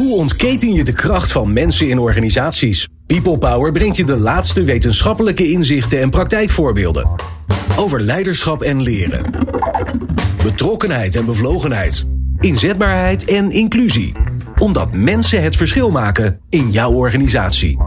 Hoe ontketen je de kracht van mensen in organisaties? People Power brengt je de laatste wetenschappelijke inzichten en praktijkvoorbeelden. Over leiderschap en leren. Betrokkenheid en bevlogenheid. Inzetbaarheid en inclusie. Omdat mensen het verschil maken in jouw organisatie.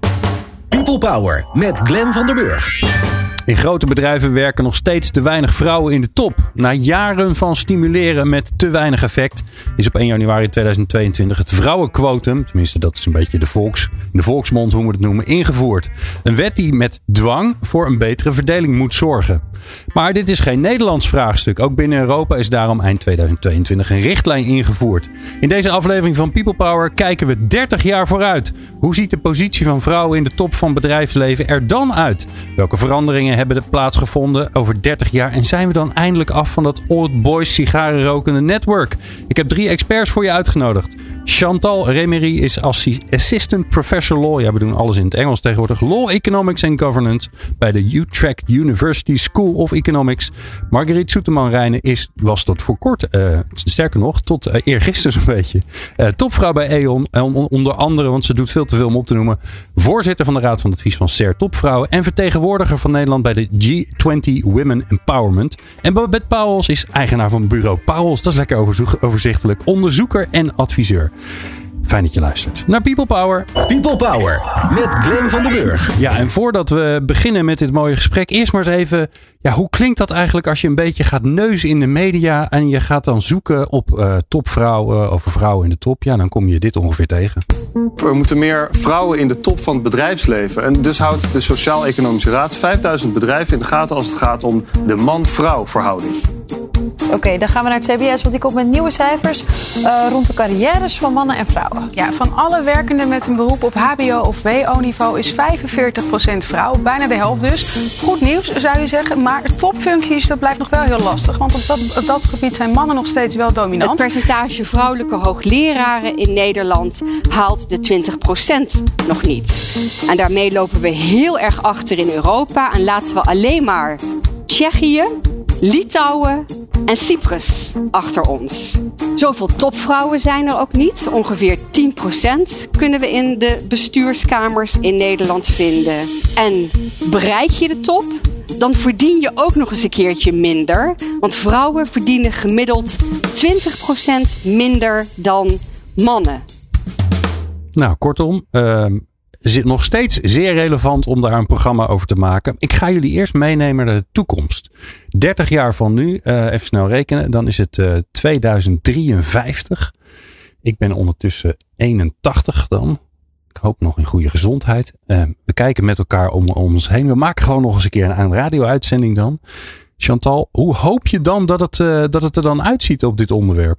People Power met Glenn van der Burg. In grote bedrijven werken nog steeds te weinig vrouwen in de top. Na jaren van stimuleren met te weinig effect is op 1 januari 2022 het vrouwenquotum, tenminste dat is een beetje in de volksmond hoe we het noemen, ingevoerd. Een wet die met dwang voor een betere verdeling moet zorgen. Maar dit is geen Nederlands vraagstuk. Ook binnen Europa is daarom eind 2022 een richtlijn ingevoerd. In deze aflevering van People Power kijken we 30 jaar vooruit. Hoe ziet de positie van vrouwen in de top van bedrijfsleven er dan uit? Welke veranderingen hebben er plaatsgevonden over 30 jaar? En zijn we dan eindelijk af van dat old boys sigarenrokende network? Ik heb 3 experts voor je uitgenodigd. Chantal Remery is Assistant Professor Law. Ja, we doen alles in het Engels tegenwoordig. Law, Economics and Governance bij de Utrecht University School of Economics. Marguerite Soeterman-Rijnen was tot voor kort, sterker nog, tot eergisteren zo'n beetje, topvrouw bij E.ON. Onder andere, want ze doet veel te veel om op te noemen, voorzitter van de Raad van Advies van SER Topvrouwen en vertegenwoordiger van Nederland bij de G20 Women Empowerment. En Babette Pauwels is eigenaar van bureau Pauwels. Dat is lekker overzichtelijk. Onderzoeker en adviseur. Fijn dat je luistert naar People Power. People Power met Glenn van der Burg. Ja, en voordat we beginnen met dit mooie gesprek, eerst maar eens even, hoe klinkt dat eigenlijk als je een beetje gaat neuzen in de media en je gaat dan zoeken op topvrouwen, over vrouwen in de top? Ja, dan kom je dit ongeveer tegen. Er moeten meer vrouwen in de top van het bedrijfsleven. En dus houdt de Sociaal-Economische Raad 5000 bedrijven in de gaten als het gaat om de man-vrouw verhouding. Oké, dan gaan we naar het CBS, want die komt met nieuwe cijfers rond de carrières van mannen en vrouwen. Ja, van alle werkenden met een beroep op hbo of WO-niveau is 45% vrouw. Bijna de helft dus. Goed nieuws zou je zeggen, maar topfuncties, dat blijft nog wel heel lastig. Want op dat gebied zijn mannen nog steeds wel dominant. Het percentage vrouwelijke hoogleraren in Nederland haalt de 20% nog niet. En daarmee lopen we heel erg achter in Europa en laten we alleen maar Tsjechië, Litouwen en Cyprus achter ons. Zoveel topvrouwen zijn er ook niet. Ongeveer 10% kunnen we in de bestuurskamers in Nederland vinden. En bereik je de top, dan verdien je ook nog eens een keertje minder. Want vrouwen verdienen gemiddeld 20% minder dan mannen. Nou, kortom, is het nog steeds zeer relevant om daar een programma over te maken. Ik ga jullie eerst meenemen naar de toekomst. 30 jaar van nu, even snel rekenen, dan is het 2053. Ik ben ondertussen 81 dan. Ik hoop nog in goede gezondheid. We kijken met elkaar om ons heen. We maken gewoon nog eens een keer een radio-uitzending dan. Chantal, hoe hoop je dan dat het er dan uitziet op dit onderwerp?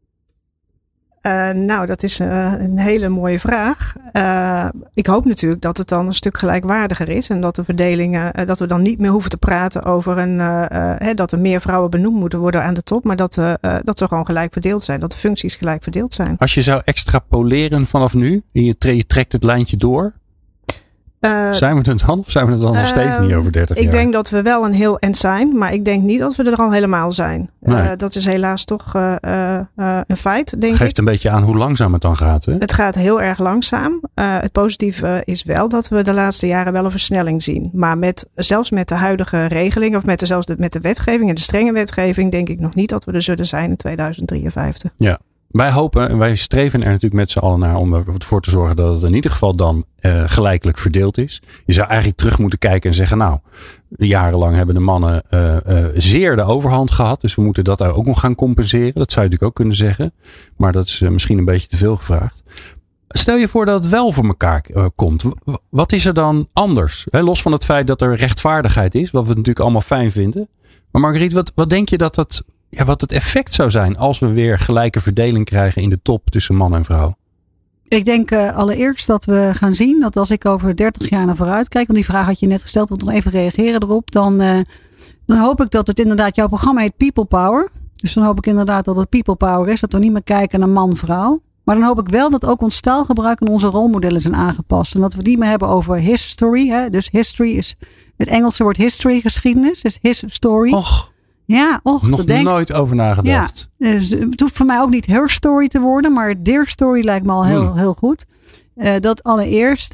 Nou, dat is een hele mooie vraag. Ik hoop natuurlijk dat het dan een stuk gelijkwaardiger is. En dat de verdelingen, dat we dan niet meer hoeven te praten over dat er meer vrouwen benoemd moeten worden aan de top. Maar dat ze gewoon gelijk verdeeld zijn. Dat de functies gelijk verdeeld zijn. Als je zou extrapoleren vanaf nu, en je trekt het lijntje door. Zijn we er dan? Of zijn we er dan nog steeds niet over 30 jaar? Ik denk dat we wel een heel eind zijn. Maar ik denk niet dat we er al helemaal zijn. Nee. Dat is helaas toch een feit, denk ik. Geeft een beetje aan hoe langzaam het dan gaat. Hè? Het gaat heel erg langzaam. Het positieve is wel dat we de laatste jaren wel een versnelling zien. Maar zelfs met de huidige regeling. Of met de wetgeving en de strenge wetgeving. Denk ik nog niet dat we er zullen zijn in 2053. Ja. Wij hopen en wij streven er natuurlijk met z'n allen naar om ervoor te zorgen dat het in ieder geval dan gelijkelijk verdeeld is. Je zou eigenlijk terug moeten kijken en zeggen, nou, jarenlang hebben de mannen zeer de overhand gehad. Dus we moeten dat daar ook nog gaan compenseren. Dat zou je natuurlijk ook kunnen zeggen. Maar dat is misschien een beetje te veel gevraagd. Stel je voor dat het wel voor elkaar komt. Wat is er dan anders? Los van het feit dat er rechtvaardigheid is, wat we natuurlijk allemaal fijn vinden. Maar Marguerite, wat denk je wat het effect zou zijn als we weer gelijke verdeling krijgen in de top tussen man en vrouw? Ik denk allereerst dat we gaan zien dat als ik over 30 jaar naar vooruit kijk, want die vraag had je net gesteld, wil ik nog even reageren erop, dan hoop ik dat het inderdaad, jouw programma heet People Power. Dus dan hoop ik inderdaad dat het People Power is, dat we niet meer kijken naar man-vrouw. Maar dan hoop ik wel dat ook ons taalgebruik en onze rolmodellen zijn aangepast. En dat we die meer hebben over history. Hè? Dus history is het Engelse woord history, geschiedenis. Dus his story. Och. Ja, Nog nooit over nagedacht. Ja, dus het hoeft voor mij ook niet her story te worden, maar their story lijkt me al heel goed. Dat allereerst.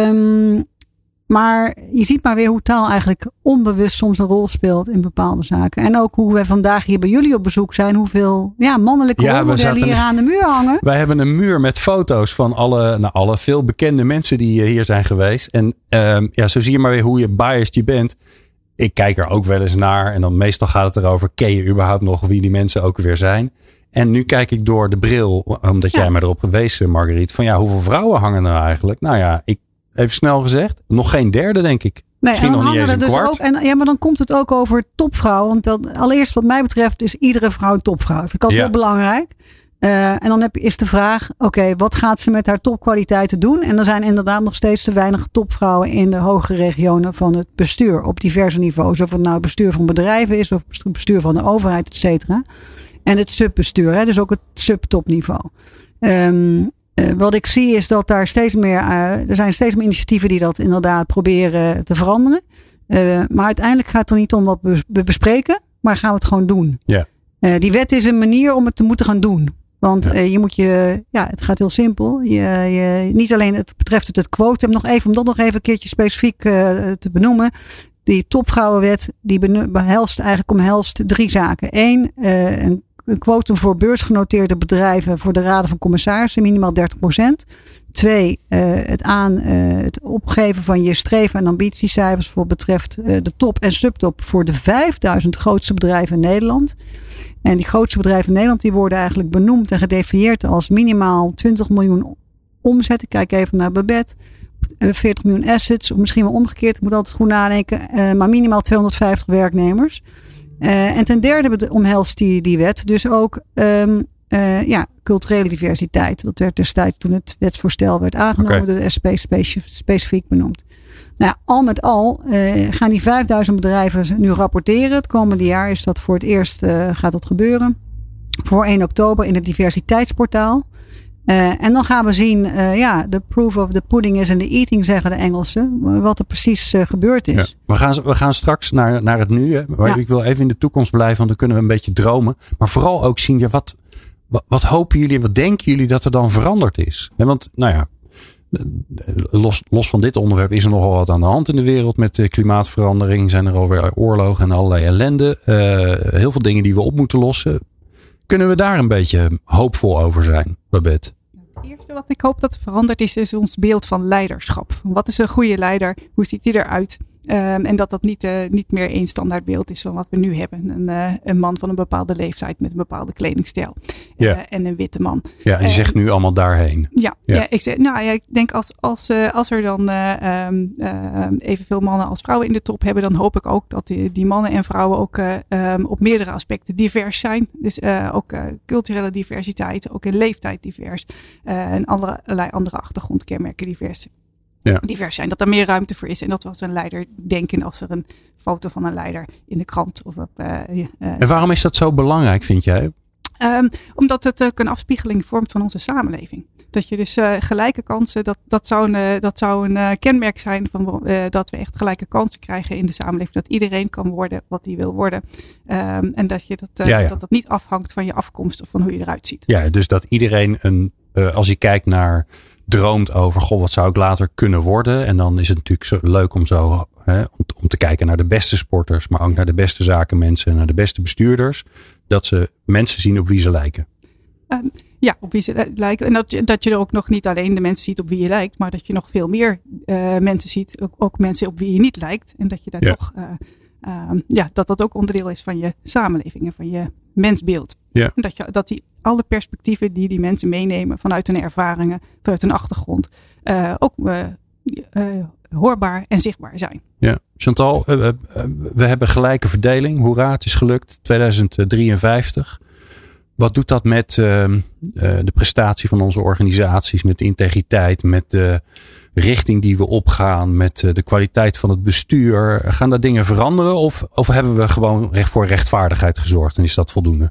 Maar je ziet maar weer hoe taal eigenlijk onbewust soms een rol speelt in bepaalde zaken. En ook hoe we vandaag hier bij jullie op bezoek zijn. Hoeveel mannelijke rolmodellen hier aan de muur hangen. Wij hebben een muur met foto's van alle veel bekende mensen die hier zijn geweest. En zo zie je maar weer hoe je biased je bent. Ik kijk er ook wel eens naar. En dan meestal gaat het erover, ken je überhaupt nog wie die mensen ook weer zijn? En nu kijk ik door de bril, omdat jij me erop geweest, Marguerite. Van hoeveel vrouwen hangen er eigenlijk? Nou ja, even snel gezegd, nog geen derde, denk ik. Misschien nog niet eens een kwart. Maar dan komt het ook over topvrouw. Want allereerst wat mij betreft is iedere vrouw een topvrouw. Dat vind ik altijd heel belangrijk. En dan is de vraag, wat gaat ze met haar topkwaliteiten doen? En er zijn inderdaad nog steeds te weinig topvrouwen in de hogere regionen van het bestuur. Op diverse niveaus. Of het nou bestuur van bedrijven is of bestuur van de overheid, et cetera. En het subbestuur, dus ook het subtopniveau. Wat ik zie is dat daar steeds meer, er zijn steeds meer initiatieven die dat inderdaad proberen te veranderen. Maar uiteindelijk gaat het er niet om wat we bespreken, maar gaan we het gewoon doen. Yeah. Die wet is een manier om het te moeten gaan doen. Want je moet het gaat heel simpel. Niet alleen het betreft het quotum, om dat nog even een keertje specifiek te benoemen. Die topvrouwenwet die omhelst 3 zaken. 1, een quotum voor beursgenoteerde bedrijven voor de raden van commissarissen, minimaal 30%. 2, het opgeven van je streven- en ambitiecijfers voor betreft de top en subtop voor de 5000 grootste bedrijven in Nederland. En die grootste bedrijven in Nederland die worden eigenlijk benoemd en gedefinieerd als minimaal 20 miljoen omzet. Ik kijk even naar Babette. 40 miljoen assets, of misschien wel omgekeerd. Ik moet altijd goed nadenken. Maar minimaal 250 werknemers. En ten derde omhelst die wet dus ook culturele diversiteit. Dat werd destijds toen het wetsvoorstel werd aangenomen door de SP specifiek benoemd. Nou ja, al met al gaan die 5000 bedrijven nu rapporteren. Het komende jaar is dat voor het eerst gaat dat gebeuren. Voor 1 oktober in het diversiteitsportaal. En dan gaan we zien, the proof of the pudding is in the eating, zeggen de Engelsen. Wat er precies gebeurd is. Ja, we gaan straks naar het nu. Hè. Maar ik wil even in de toekomst blijven, want dan kunnen we een beetje dromen. Maar vooral ook zien, wat hopen jullie en wat denken jullie dat er dan veranderd is? Want, los van dit onderwerp is er nogal wat aan de hand in de wereld met de klimaatverandering. Zijn er alweer oorlogen en allerlei ellende. Heel veel dingen die we op moeten lossen. Kunnen we daar een beetje hoopvol over zijn, Babette? Het eerste wat ik hoop dat er veranderd is ons beeld van leiderschap. Wat is een goede leider? Hoe ziet hij eruit? En dat niet meer één standaardbeeld is van wat we nu hebben. Een man van een bepaalde leeftijd met een bepaalde kledingstijl. En een witte man. Ja, en die zegt nu allemaal daarheen. Ik denk als er dan evenveel mannen als vrouwen in de top hebben, dan hoop ik ook dat die mannen en vrouwen ook op meerdere aspecten divers zijn. Dus ook culturele diversiteit, ook in leeftijd divers. En allerlei andere achtergrondkenmerken divers zijn. Dat er meer ruimte voor is. En dat we als een leider denken als er een foto van een leider in de krant of op... En waarom is dat zo belangrijk, vind jij? Omdat het ook een afspiegeling vormt van onze samenleving. Dat je dus gelijke kansen, dat zou een kenmerk zijn van dat we echt gelijke kansen krijgen in de samenleving. Dat iedereen kan worden wat hij wil worden. En dat je dat niet afhangt van je afkomst of van hoe je eruit ziet. Ja, dus dat iedereen als je kijkt naar droomt over, wat zou ik later kunnen worden? En dan is het natuurlijk zo leuk om om te kijken naar de beste sporters, maar ook naar de beste zakenmensen, naar de beste bestuurders. Dat ze mensen zien op wie ze lijken. Op wie ze lijken. En dat je er ook nog niet alleen de mensen ziet op wie je lijkt, maar dat je nog veel meer mensen ziet, ook mensen op wie je niet lijkt. En dat je daar toch, dat ook onderdeel is van je samenleving en van je mensbeeld. Ja. Dat die alle perspectieven die mensen meenemen vanuit hun ervaringen, vanuit hun achtergrond, ook hoorbaar en zichtbaar zijn. Ja, Chantal, we hebben gelijke verdeling. Hoera, het is gelukt. 2053. Wat doet dat met de prestatie van onze organisaties, met de integriteit, met de richting die we opgaan, met de kwaliteit van het bestuur? Gaan daar dingen veranderen of hebben we gewoon voor rechtvaardigheid gezorgd en is dat voldoende?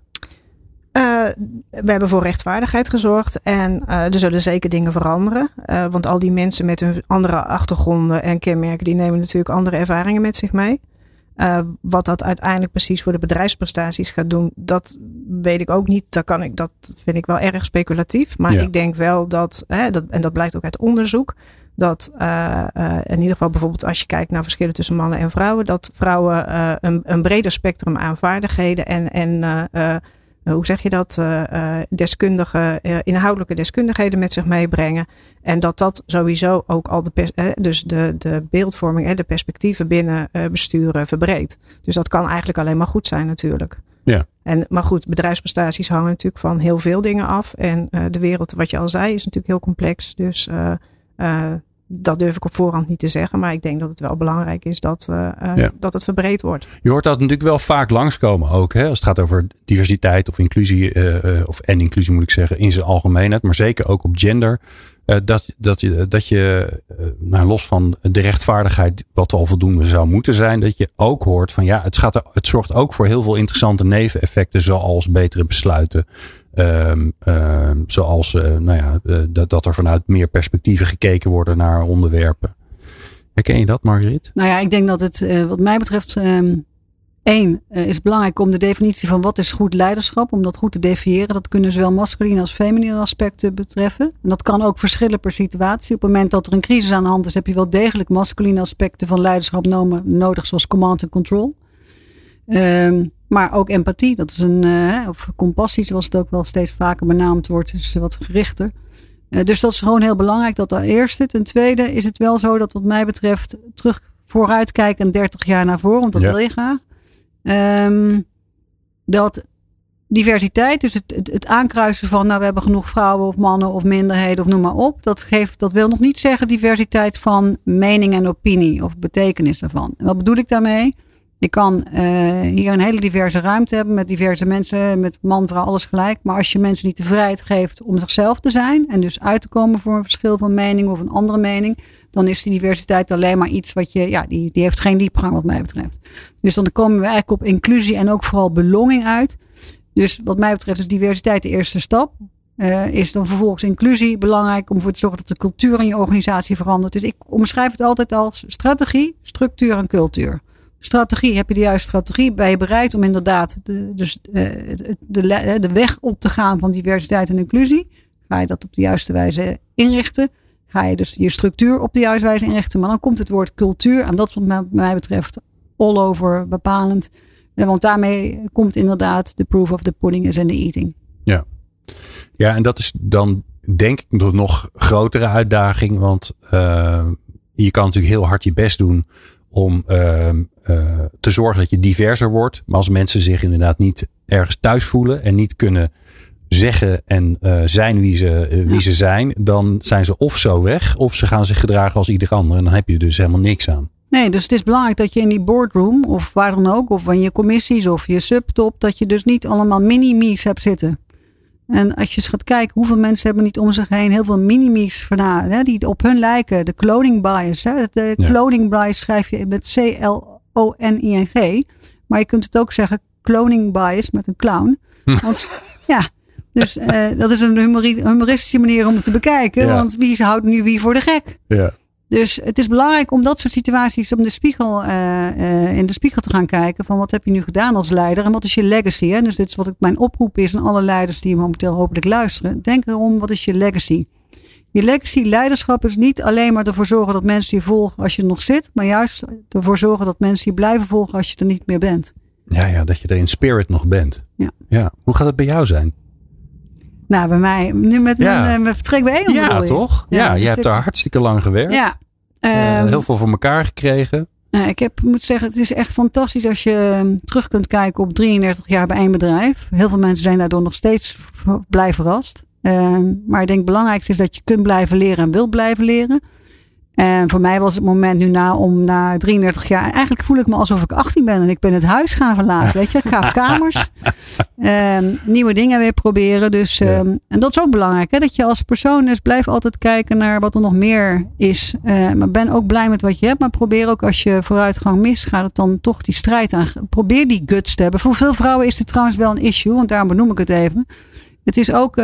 We hebben voor rechtvaardigheid gezorgd en er zullen zeker dingen veranderen. Want al die mensen met hun andere achtergronden en kenmerken, die nemen natuurlijk andere ervaringen met zich mee. Wat dat uiteindelijk precies voor de bedrijfsprestaties gaat doen, dat weet ik ook niet. Dat vind ik wel erg speculatief. Maar ik denk wel dat, en dat blijkt ook uit onderzoek, dat in ieder geval bijvoorbeeld als je kijkt naar verschillen tussen mannen en vrouwen, dat vrouwen een breder spectrum aan vaardigheden en hoe zeg je dat, inhoudelijke deskundigheden met zich meebrengen. En dat sowieso ook al de beeldvorming, de perspectieven binnen besturen verbreedt. Dus dat kan eigenlijk alleen maar goed zijn natuurlijk. Ja. Maar goed, bedrijfsprestaties hangen natuurlijk van heel veel dingen af. En de wereld, wat je al zei, is natuurlijk heel complex. Dus dat durf ik op voorhand niet te zeggen. Maar ik denk dat het wel belangrijk is dat het verbreed wordt. Je hoort dat natuurlijk wel vaak langskomen ook. Hè? Als het gaat over diversiteit of inclusie. En inclusie moet ik zeggen in zijn algemeenheid. Maar zeker ook op gender. Dat je los van de rechtvaardigheid wat al voldoende zou moeten zijn. Dat je ook hoort van het zorgt ook voor heel veel interessante neveneffecten. Zoals betere besluiten. Zoals dat er vanuit meer perspectieven gekeken worden naar onderwerpen. Herken je dat, Margriet? Nou ja, ik denk dat het wat mij betreft is belangrijk om de definitie van wat is goed leiderschap, om dat goed te definiëren. Dat kunnen zowel masculine als feminine aspecten betreffen. En dat kan ook verschillen per situatie. Op het moment dat er een crisis aan de hand is, heb je wel degelijk masculine aspecten van leiderschap nodig, zoals command en control. Maar ook empathie, dat is of compassie, zoals het ook wel steeds vaker benaamd wordt, is wat gerichter. Dus dat is gewoon heel belangrijk, dat eerste. Ten tweede is het wel zo dat wat mij betreft vooruitkijken 30 jaar naar voren, want dat wil je graag. Dat diversiteit, dus het aankruisen van we hebben genoeg vrouwen of mannen of minderheden of noem maar op. Dat wil nog niet zeggen diversiteit van mening en opinie of betekenis daarvan. En wat bedoel ik daarmee? Je kan hier een hele diverse ruimte hebben met diverse mensen, met man, vrouw, alles gelijk. Maar als je mensen niet de vrijheid geeft om zichzelf te zijn en dus uit te komen voor een verschil van mening of een andere mening, dan is die diversiteit alleen maar iets wat die heeft geen diepgang wat mij betreft. Dus dan komen we eigenlijk op inclusie en ook vooral belonging uit. Dus wat mij betreft is diversiteit de eerste stap. Is dan vervolgens inclusie belangrijk om ervoor te zorgen dat de cultuur in je organisatie verandert. Dus ik omschrijf het altijd als strategie, structuur en cultuur. Strategie, heb je de juiste strategie? Ben je bereid om inderdaad de weg op te gaan van diversiteit en inclusie? Ga je dat op de juiste wijze inrichten? Ga je dus je structuur op de juiste wijze inrichten? Maar dan komt het woord cultuur, en dat wat mij betreft all over bepalend. Want daarmee komt inderdaad de proof of the pudding is in the eating. Ja, en dat is dan denk ik de nog grotere uitdaging. Want je kan natuurlijk heel hard je best doen om te zorgen dat je diverser wordt. Maar als mensen zich inderdaad niet ergens thuis voelen en niet kunnen zeggen en zijn wie ze zijn, dan zijn ze of zo weg of ze gaan zich gedragen als ieder ander. En dan heb je dus helemaal niks aan. Nee, dus het is belangrijk dat je in die boardroom of waar dan ook, of in je commissies of je subtop, dat je dus niet allemaal mini-me's hebt zitten. En als je eens gaat kijken, hoeveel mensen hebben niet om zich heen heel veel mini-me's die op hun lijken. De cloning bias. De cloning bias schrijf je met C-L-O-N-I-N-G. Maar je kunt het ook zeggen cloning bias met een clown. Want dus dat is een humoristische manier om het te bekijken. Ja. Want wie houdt nu wie voor de gek? Ja. Dus het is belangrijk om dat soort situaties in de spiegel te gaan kijken. Van wat heb je nu gedaan als leider en wat is je legacy? Hè? Dus dit is wat mijn oproep is aan alle leiders die momenteel hopelijk luisteren. Denk erom, wat is je legacy? Je legacy leiderschap is niet alleen maar ervoor zorgen dat mensen je volgen als je er nog zit. Maar juist ervoor zorgen dat mensen je blijven volgen als je er niet meer bent. Ja, dat je er in spirit nog bent. Ja. Hoe gaat het bij jou zijn? Nou, bij mij, nu met mijn vertrek bij Eon. Ja, toch? Ja, je hebt daar hartstikke lang gewerkt. Ja. Heel veel voor elkaar gekregen. Ik moet zeggen, het is echt fantastisch als je terug kunt kijken op 33 jaar bij één bedrijf. Heel veel mensen zijn daardoor nog steeds blij verrast. Maar ik denk het belangrijkste is dat je kunt blijven leren en wilt blijven leren. En voor mij was het moment nu om na 33 jaar... Eigenlijk voel ik me alsof ik 18 ben en ik ben het huis gaan verlaten. Weet je, ik ga op kamers. Nieuwe dingen weer proberen. Dus, en dat is ook belangrijk. Hè? Dat je als persoon dus blijf altijd kijken naar wat er nog meer is. Maar ben ook blij met wat je hebt. Maar probeer ook als je vooruitgang mist, gaat het dan toch die strijd aan. Probeer die guts te hebben. Voor veel vrouwen is dit trouwens wel een issue. Want daarom benoem ik het even. Het is ook,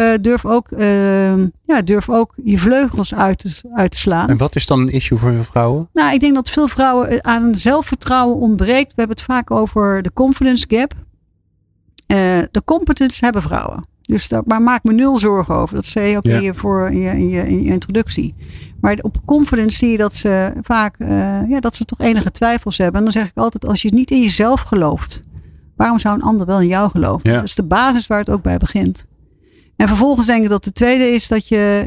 durf ook je vleugels uit te slaan. En wat is dan een issue voor veel vrouwen? Nou, ik denk dat veel vrouwen aan zelfvertrouwen ontbreekt. We hebben het vaak over de confidence gap. De competence hebben vrouwen. Dus maar maak me 0 zorgen over. Dat zei je ook in je introductie. Maar op confidence zie je dat ze vaak dat ze toch enige twijfels hebben. En dan zeg ik altijd, als je niet in jezelf gelooft, waarom zou een ander wel in jou geloven? Ja. Dat is de basis waar het ook bij begint. En vervolgens denk ik dat de tweede is dat je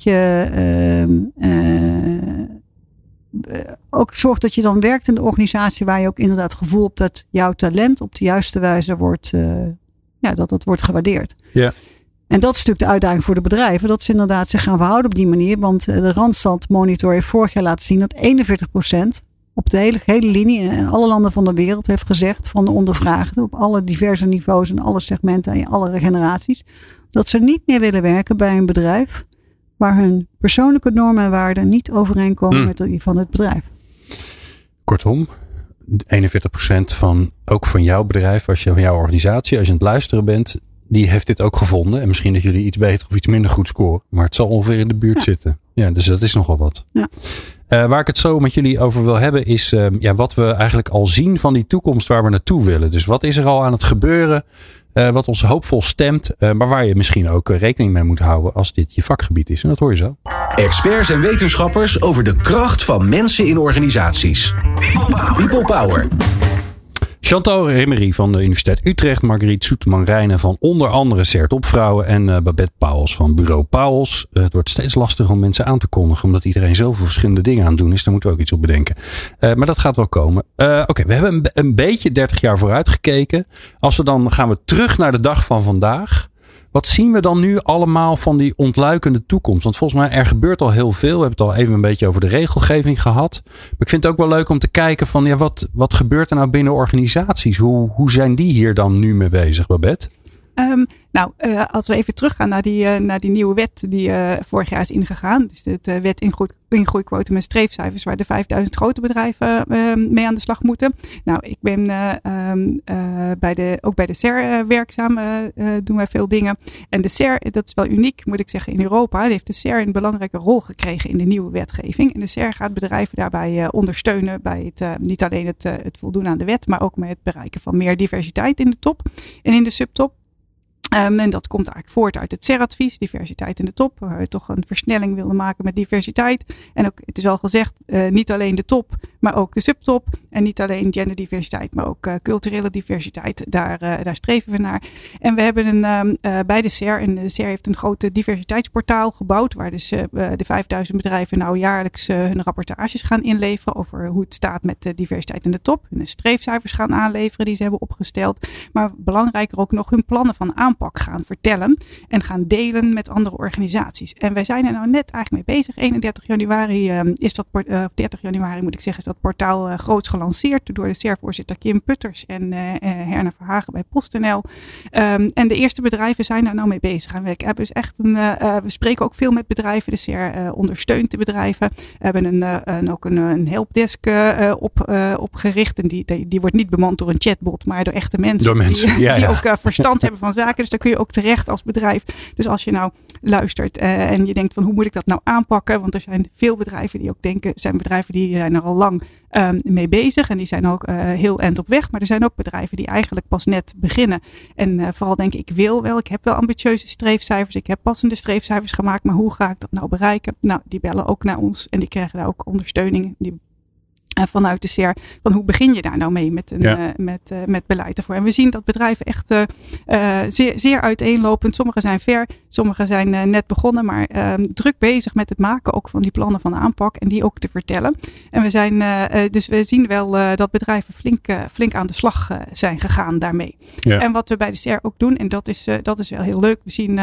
ook zorgt dat je dan werkt in de organisatie waar je ook inderdaad het gevoel hebt dat jouw talent op de juiste wijze wordt gewaardeerd. Ja. En dat is natuurlijk de uitdaging voor de bedrijven. Dat ze inderdaad zich gaan verhouden op die manier. Want de Randstad Monitor heeft vorig jaar laten zien dat 41% op de hele linie in alle landen van de wereld heeft gezegd van de ondervraagden op alle diverse niveaus en alle segmenten en alle generaties. Dat ze niet meer willen werken bij een bedrijf waar hun persoonlijke normen en waarden niet overeenkomen met die van het bedrijf. Kortom, 41% ook van jouw bedrijf, van jouw organisatie, als je aan het luisteren bent, die heeft dit ook gevonden. En misschien dat jullie iets beter of iets minder goed scoren. Maar het zal ongeveer in de buurt zitten. Ja, dus dat is nogal wat. Ja. Waar ik het zo met jullie over wil hebben is wat we eigenlijk al zien van die toekomst waar we naartoe willen. Dus wat is er al aan het gebeuren wat ons hoopvol stemt. Maar waar je misschien ook rekening mee moet houden als dit je vakgebied is. En dat hoor je zo. Experts en wetenschappers over de kracht van mensen in organisaties. People Power. Chantal Rimmery van de Universiteit Utrecht, Marguerite Soeteman-Rijnen van onder andere CERT Vrouwen en Babette Pauwels van Bureau Pauwels. Het wordt steeds lastiger om mensen aan te kondigen, omdat iedereen zoveel verschillende dingen aan het doen is. Daar moeten we ook iets op bedenken. Maar dat gaat wel komen. Oké, we hebben een beetje 30 jaar vooruit gekeken. Gaan we terug naar de dag van vandaag. Wat zien we dan nu allemaal van die ontluikende toekomst? Want volgens mij er gebeurt al heel veel. We hebben het al even een beetje over de regelgeving gehad. Maar ik vind het ook wel leuk om te kijken van wat gebeurt er nou binnen organisaties? Hoe zijn die hier dan nu mee bezig, Babette? Als we even teruggaan naar die nieuwe wet die vorig jaar is ingegaan. Dus de wet ingroeiquotum en streefcijfers waar de 5000 grote bedrijven mee aan de slag moeten. Nou, ik ben ook bij de SER werkzaam. Doen wij veel dingen. En de SER, dat is wel uniek, moet ik zeggen, in Europa. Heeft de SER een belangrijke rol gekregen in de nieuwe wetgeving. En de SER gaat bedrijven daarbij ondersteunen bij niet alleen het voldoen aan de wet, maar ook met het bereiken van meer diversiteit in de top en in de subtop. En dat komt eigenlijk voort uit het SER-advies, diversiteit in de top, waar we toch een versnelling wilden maken met diversiteit. En ook, het is al gezegd, niet alleen de top, maar ook de subtop. En niet alleen genderdiversiteit, maar ook culturele diversiteit. Daar streven we naar. En we hebben bij de SER, en de SER heeft een grote diversiteitsportaal gebouwd, waar dus de 5000 bedrijven nou jaarlijks hun rapportages gaan inleveren over hoe het staat met de diversiteit in de top. En de streefcijfers gaan aanleveren die ze hebben opgesteld. Maar belangrijker ook nog hun plannen van aanpak gaan vertellen en gaan delen met andere organisaties. En wij zijn er nou net eigenlijk mee bezig. 31 januari is dat 30 januari moet ik zeggen, is dat portaal groots gelanceerd door de SER-voorzitter Kim Putters en Herna Verhagen bij PostNL. En de eerste bedrijven zijn daar nou mee bezig. En we hebben dus echt we spreken ook veel met bedrijven. De SER ondersteunt de bedrijven. We hebben ook een helpdesk opgericht. En die wordt niet bemand door een chatbot, maar door echte mensen. Die ook verstand hebben van zaken. Dus daar kun je ook terecht als bedrijf. Dus als je nou luistert en je denkt van hoe moet ik dat nou aanpakken? Want er zijn veel bedrijven die ook denken, zijn er al lang mee bezig. En die zijn ook heel eind op weg. Maar er zijn ook bedrijven die eigenlijk pas net beginnen. En vooral denken, ik heb wel ambitieuze streefcijfers. Ik heb passende streefcijfers gemaakt. Maar hoe ga ik dat nou bereiken? Nou, die bellen ook naar ons. En die krijgen daar ook ondersteuning. Vanuit de SER, van hoe begin je daar nou mee met beleid ervoor. En we zien dat bedrijven echt zeer uiteenlopend. Sommigen zijn ver, sommigen zijn net begonnen, maar druk bezig met het maken ook van die plannen van aanpak en die ook te vertellen. En we zien wel dat bedrijven flink aan de slag zijn gegaan daarmee. Ja. En wat we bij de SER ook doen, en dat is wel heel leuk.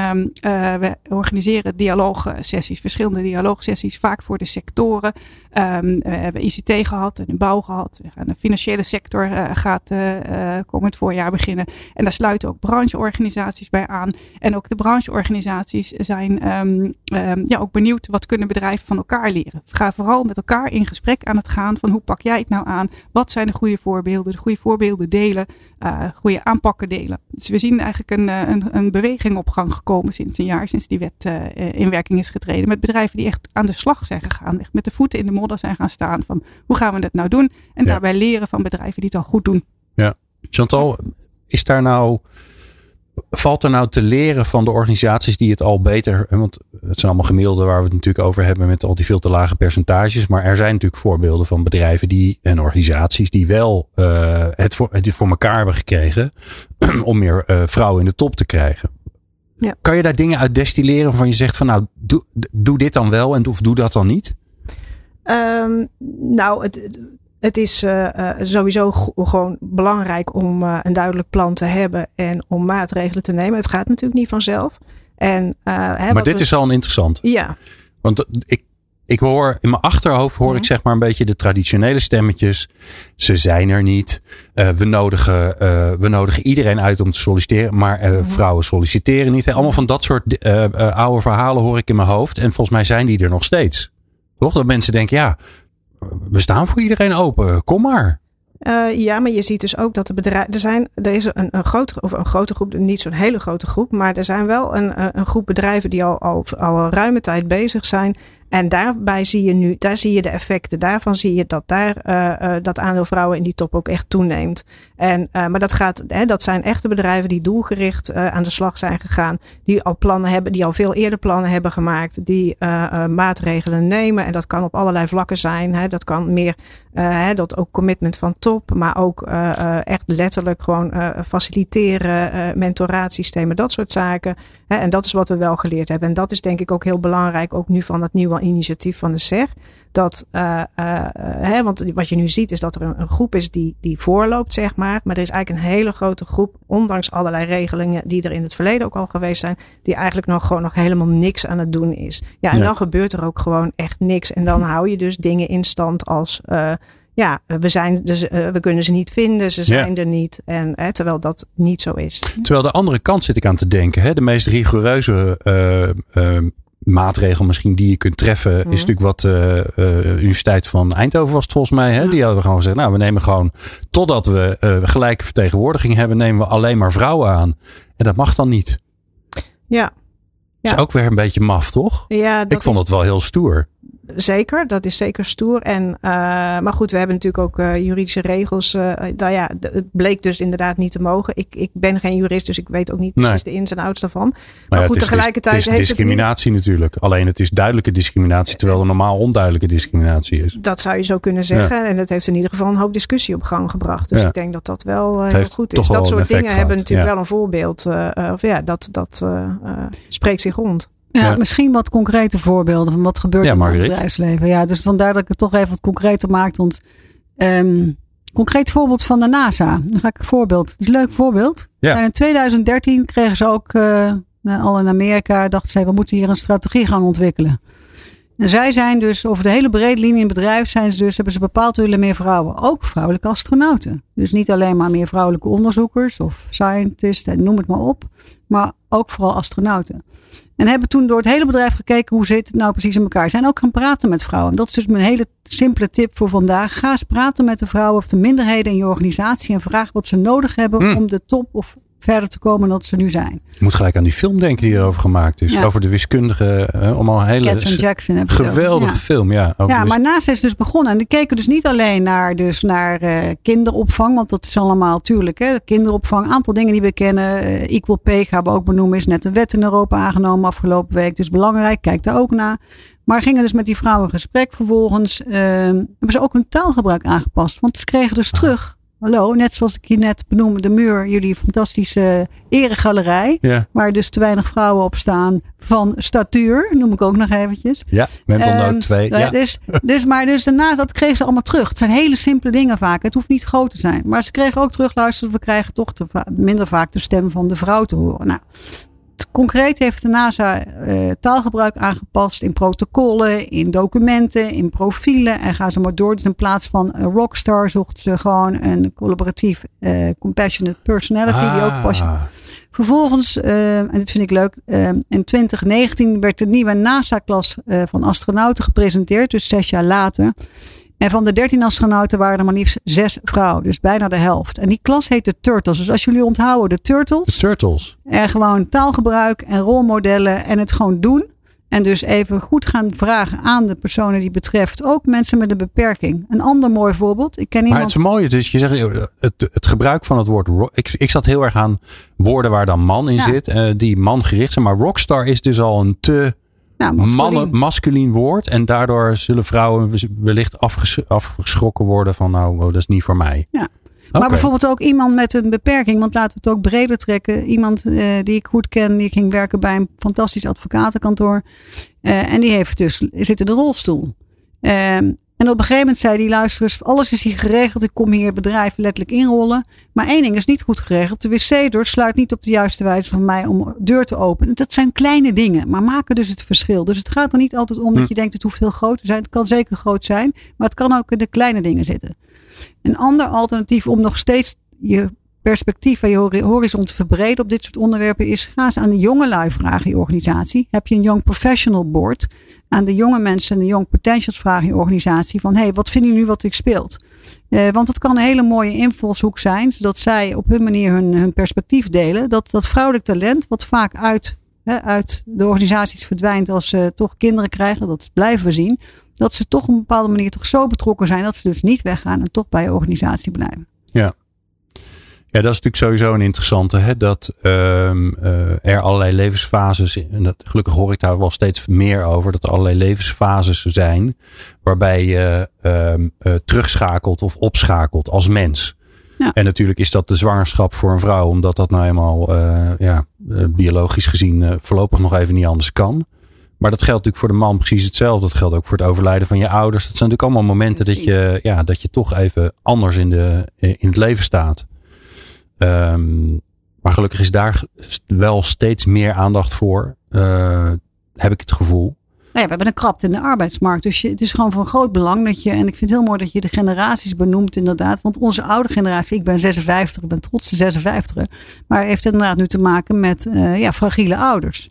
We organiseren dialoogsessies, verschillende dialoogsessies, vaak voor de sectoren. We hebben ICT gehad. gehad en in bouw gehad. We gaan de financiële sector gaat komend voorjaar beginnen. En daar sluiten ook brancheorganisaties bij aan. En ook de brancheorganisaties zijn ook benieuwd wat kunnen bedrijven van elkaar leren. Ga vooral met elkaar in gesprek aan het gaan van hoe pak jij het nou aan? Wat zijn de goede voorbeelden delen, goede aanpakken delen. Dus we zien eigenlijk een beweging op gang gekomen sinds een jaar, sinds die wet in werking is getreden. Met bedrijven die echt aan de slag zijn gegaan, echt met de voeten in de modder zijn gaan staan van hoe gaan we dat nou doen? En daarbij leren van bedrijven die het al goed doen. Ja. Chantal, valt er nou te leren van de organisaties die het al beter... Want het zijn allemaal gemiddelden waar we het natuurlijk over hebben met al die veel te lage percentages. Maar er zijn natuurlijk voorbeelden van bedrijven en organisaties die wel het voor elkaar hebben gekregen om meer vrouwen in de top te krijgen. Ja. Kan je daar dingen uit destilleren waarvan je zegt van nou, doe dit dan wel of doe dat dan niet? Het is sowieso gewoon belangrijk om een duidelijk plan te hebben en om maatregelen te nemen. Het gaat natuurlijk niet vanzelf. Maar dit is al een interessant. Ja. Want ik hoor in mijn achterhoofd ik zeg maar een beetje de traditionele stemmetjes. Ze zijn er niet. We nodigen iedereen uit om te solliciteren. Maar vrouwen solliciteren niet. Allemaal van dat soort oude verhalen hoor ik in mijn hoofd. En volgens mij zijn die er nog steeds. Toch? Dat mensen denken we staan voor iedereen open. Kom maar. Maar je ziet dus ook dat de bedrijven... Er is een grote groep, niet zo'n hele grote groep. Maar er zijn wel een groep bedrijven die al ruime tijd bezig zijn. En daarbij zie je de effecten. Daarvan zie je dat dat aandeel vrouwen in die top ook echt toeneemt. Maar dat zijn echte bedrijven die doelgericht aan de slag zijn gegaan. Die al plannen hebben, die al veel eerder plannen hebben gemaakt. Die maatregelen nemen. En dat kan op allerlei vlakken zijn. Dat kan meer dat ook commitment van top. Maar ook echt letterlijk gewoon faciliteren, mentoraatsystemen, dat soort zaken. En dat is wat we wel geleerd hebben. En dat is denk ik ook heel belangrijk, ook nu van dat nieuwe initiatief van de SER. Want wat je nu ziet is dat er een groep is die voorloopt, zeg maar. Maar er is eigenlijk een hele grote groep, ondanks allerlei regelingen die er in het verleden ook al geweest zijn, die eigenlijk nog helemaal niks aan het doen is. Ja, en dan gebeurt er ook gewoon echt niks. En dan hou je dus dingen in stand als... we kunnen ze niet vinden, ze zijn er niet. En terwijl dat niet zo is. Terwijl de andere kant zit ik aan te denken. De meest rigoureuze maatregel misschien die je kunt treffen is natuurlijk wat de Universiteit van Eindhoven was het volgens mij. Hè? Die hadden gewoon gezegd, nou we nemen gewoon totdat we gelijke vertegenwoordiging hebben, nemen we alleen maar vrouwen aan. En dat mag dan niet. Ja. Dat is ook weer een beetje maf, toch? Ja, ik vond het wel heel stoer. Zeker, dat is zeker stoer. Maar goed, we hebben natuurlijk ook juridische regels. Het bleek dus inderdaad niet te mogen. Ik ben geen jurist, dus ik weet ook niet precies de ins en outs daarvan. Maar goed, tegelijkertijd het is discriminatie natuurlijk. Alleen het is duidelijke discriminatie, terwijl er normaal onduidelijke discriminatie is. Dat zou je zo kunnen zeggen. Ja. En dat heeft in ieder geval een hoop discussie op gang gebracht. Dus ik denk dat dat wel heel goed is. Dat soort dingen hebben natuurlijk wel een voorbeeld. Dat spreekt zich rond. Ja, misschien wat concrete voorbeelden van wat gebeurt er in het bedrijfsleven. Ja, dus vandaar dat ik het toch even wat concreter maak. Want concreet voorbeeld van de NASA. Dan ga ik een voorbeeld. Het is een leuk voorbeeld. Ja. En in 2013 kregen ze ook al in Amerika, dachten ze, we moeten hier een strategie gaan ontwikkelen. En zij zijn dus over de hele brede linie in het bedrijf hebben ze bepaald willen meer vrouwen. Ook vrouwelijke astronauten. Dus niet alleen maar meer vrouwelijke onderzoekers of scientists en noem het maar op. Maar ook vooral astronauten. En hebben toen door het hele bedrijf gekeken hoe zit het nou precies in elkaar. Zijn ook gaan praten met vrouwen. Dat is dus mijn hele simpele tip voor vandaag. Ga eens praten met de vrouwen of de minderheden in je organisatie. En vraag wat ze nodig hebben om de top of verder te komen dan ze nu zijn. Je moet gelijk aan die film denken die erover gemaakt is. Ja. Over de wiskundige, allemaal hele Jackson geweldige film. Ja, maar NASA is dus begonnen. En die keken dus niet alleen naar kinderopvang. Want dat is allemaal natuurlijk. Hè, kinderopvang, aantal dingen die we kennen. Equal pay gaan we ook benoemen. Is net een wet in Europa aangenomen afgelopen week. Dus belangrijk, kijk daar ook naar. Maar gingen dus met die vrouwen in gesprek. Vervolgens hebben ze ook hun taalgebruik aangepast. Want ze kregen dus terug. Hallo, net zoals ik je net benoemde, de muur, jullie fantastische eregalerij. Ja. Waar dus te weinig vrouwen op staan van statuur, noem ik ook nog eventjes. Ja, mental note 2. Ja. Dus daarnaast kregen ze allemaal terug. Het zijn hele simpele dingen vaak. Het hoeft niet groot te zijn. Maar ze kregen ook terug, luister, we krijgen toch minder vaak de stem van de vrouw te horen. Nou, Concreet heeft de NASA taalgebruik aangepast in protocollen, in documenten, in profielen. En gaan ze maar door. Dus in plaats van een rockstar zocht ze gewoon een collaboratief compassionate personality. Die ook pas. Vervolgens, en dit vind ik leuk, in 2019 werd de nieuwe NASA-klas van astronauten gepresenteerd. Dus 6 jaar later. En van de 13 astronauten waren er maar liefst 6 vrouwen. Dus bijna de helft. En die klas heet de Turtles. Dus als jullie onthouden, de Turtles. De Turtles. En gewoon taalgebruik en rolmodellen en het gewoon doen. En dus even goed gaan vragen aan de personen die betreft. Ook mensen met een beperking. Een ander mooi voorbeeld. Ik ken iemand... Maar het is mooi. Dus je zegt het gebruik van het woord... Ik zat heel erg aan woorden waar dan man in zit. Die man gericht zijn. Maar rockstar is dus al een te... masculien woord. En daardoor zullen vrouwen wellicht afgeschrokken worden van dat is niet voor mij. Ja. Maar bijvoorbeeld ook iemand met een beperking. Want laten we het ook breder trekken. Iemand die ik goed ken. Die ging werken bij een fantastisch advocatenkantoor. En die zit in de rolstoel. En op een gegeven moment zei die luister eens, alles is hier geregeld. Ik kom hier het bedrijf letterlijk inrollen. Maar één ding is niet goed geregeld. De wc-deur sluit niet op de juiste wijze van mij om deur te openen. Dat zijn kleine dingen, maar maken dus het verschil. Dus het gaat er niet altijd om dat je denkt het hoeft heel groot te zijn. Het kan zeker groot zijn, maar het kan ook in de kleine dingen zitten. Een ander alternatief om nog steeds je perspectief en je horizon te verbreden op dit soort onderwerpen is, ga eens aan de jongelui vragen in je organisatie. Heb je een Young Professional Board? Aan de jonge mensen en de Young Potentials vragen in je organisatie van wat vinden jullie wat ik speelt? Want het kan een hele mooie invalshoek zijn, zodat zij op hun manier hun perspectief delen. Dat vrouwelijk talent, wat vaak uit de organisaties verdwijnt als ze toch kinderen krijgen, dat blijven we zien. Dat ze toch op een bepaalde manier toch zo betrokken zijn dat ze dus niet weggaan en toch bij je organisatie blijven. Ja. Ja, dat is natuurlijk sowieso een interessante. Dat er allerlei levensfases, en gelukkig hoor ik daar wel steeds meer over, dat er allerlei levensfases zijn waarbij je terugschakelt of opschakelt als mens. Ja. En natuurlijk is dat de zwangerschap voor een vrouw, omdat dat nou eenmaal biologisch gezien voorlopig nog even niet anders kan. Maar dat geldt natuurlijk voor de man precies hetzelfde. Dat geldt ook voor het overlijden van je ouders. Dat zijn natuurlijk allemaal momenten dat je toch even anders in het leven staat. Maar gelukkig is daar wel steeds meer aandacht voor. Heb ik het gevoel. We hebben een krapte in de arbeidsmarkt. Dus het is gewoon van groot belang dat je... En ik vind het heel mooi dat je de generaties benoemt inderdaad. Want onze oude generatie, ik ben 56, ik ben trots de 56er. Maar heeft inderdaad nu te maken met fragiele ouders.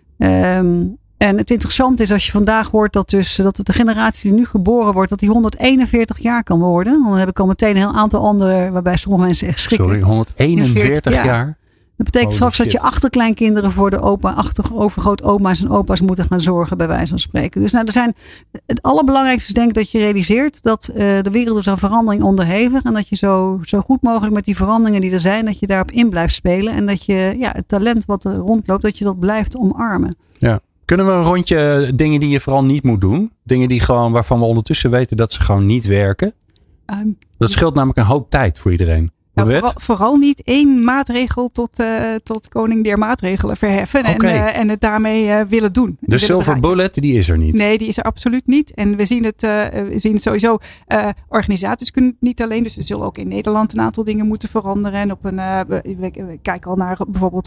En het interessante is als je vandaag hoort dat de generatie die nu geboren wordt, dat die 141 jaar kan worden. Dan heb ik al meteen een heel aantal andere waarbij sommige mensen echt schrikken. Sorry, 141 jaar? Dat betekent straks dat je achterkleinkinderen voor de overgrootoma's en opa's moeten gaan zorgen, bij wijze van spreken. Dus het allerbelangrijkste is denk ik dat je realiseert dat de wereld is aan verandering onderhevig. En dat je zo goed mogelijk met die veranderingen die er zijn, dat je daarop in blijft spelen. En dat je het talent wat er rondloopt, dat je dat blijft omarmen. Ja. Kunnen we een rondje dingen die je vooral niet moet doen? Dingen waarvan we ondertussen weten dat ze gewoon niet werken? Dat scheelt namelijk een hoop tijd voor iedereen. Vooral niet één maatregel tot koning der maatregelen verheffen. Okay. En het daarmee willen doen. De silver bullet, die is er niet. Nee, die is er absoluut niet. En we zien het sowieso. Organisaties kunnen het niet alleen. Dus er zullen ook in Nederland een aantal dingen moeten veranderen. En we kijken al naar bijvoorbeeld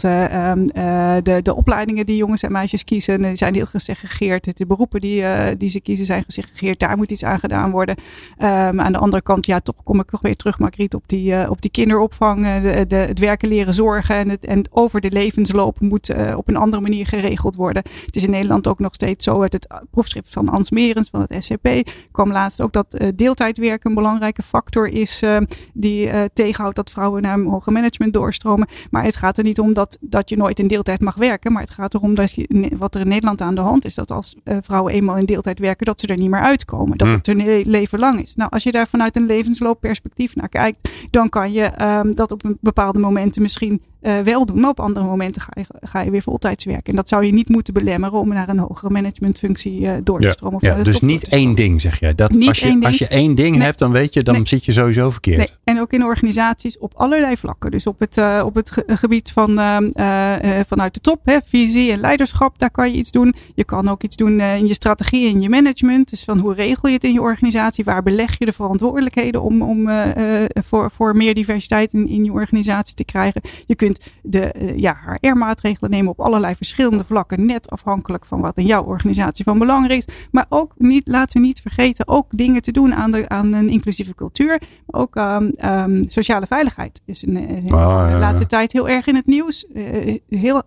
de opleidingen die jongens en meisjes kiezen. Die zijn heel gesegregeerd. De beroepen die ze kiezen zijn gesegregeerd. Daar moet iets aan gedaan worden. Aan de andere kant, toch kom ik toch weer terug, Margriet, op die kinderopvang, het werken leren zorgen en over de levensloop moet op een andere manier geregeld worden. Het is in Nederland ook nog steeds zo. Uit het proefschrift van Ans Merens van het SCP kwam laatst ook dat deeltijdwerk een belangrijke factor is die tegenhoudt dat vrouwen naar een hoger management doorstromen. Maar het gaat er niet om dat je nooit in deeltijd mag werken, maar het gaat erom wat er in Nederland aan de hand is, dat als vrouwen eenmaal in deeltijd werken, dat ze er niet meer uitkomen. Dat het hun leven lang is. Nou, als je daar vanuit een levensloopperspectief naar kijkt, dan kan je dat op bepaalde momenten misschien wel doen. Maar op andere momenten ga je weer voltijds werken. En dat zou je niet moeten belemmeren om naar een hogere managementfunctie door te stromen. Ja, dus niet één ding, zeg jij. Als je één ding hebt, dan weet je, dan zit je sowieso verkeerd. Nee. En ook in organisaties op allerlei vlakken. Dus op het gebied van vanuit de top, visie en leiderschap, daar kan je iets doen. Je kan ook iets doen in je strategie en je management. Dus van hoe regel je het in je organisatie? Waar beleg je de verantwoordelijkheden om voor meer diversiteit in je organisatie te krijgen? Je kunt kunt HR-maatregelen nemen op allerlei verschillende vlakken. Net afhankelijk van wat in jouw organisatie van belang is. Maar ook laten we niet vergeten ook dingen te doen aan een inclusieve cultuur. Maar ook sociale veiligheid is de laatste tijd heel erg in het nieuws. Heel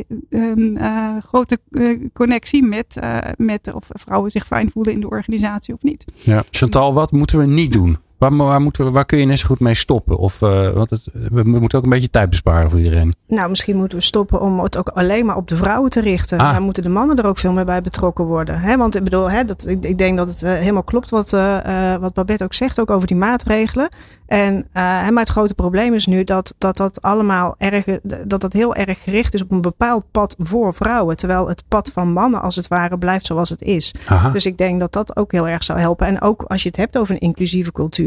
grote connectie met of vrouwen zich fijn voelen in de organisatie of niet. Ja. Chantal, wat moeten we niet doen? Waar kun je net zo goed mee stoppen? Of we moeten ook een beetje tijd besparen voor iedereen. Nou, misschien moeten we stoppen om het ook alleen maar op de vrouwen te richten. Dan moeten de mannen er ook veel meer bij betrokken worden. Hè? Want ik bedoel, ik denk dat het helemaal klopt wat Babette ook zegt, ook over die maatregelen. Maar het grote probleem is nu dat allemaal dat heel erg gericht is op een bepaald pad voor vrouwen. Terwijl het pad van mannen als het ware blijft zoals het is. Aha. Dus ik denk dat dat ook heel erg zou helpen. En ook als je het hebt over een inclusieve cultuur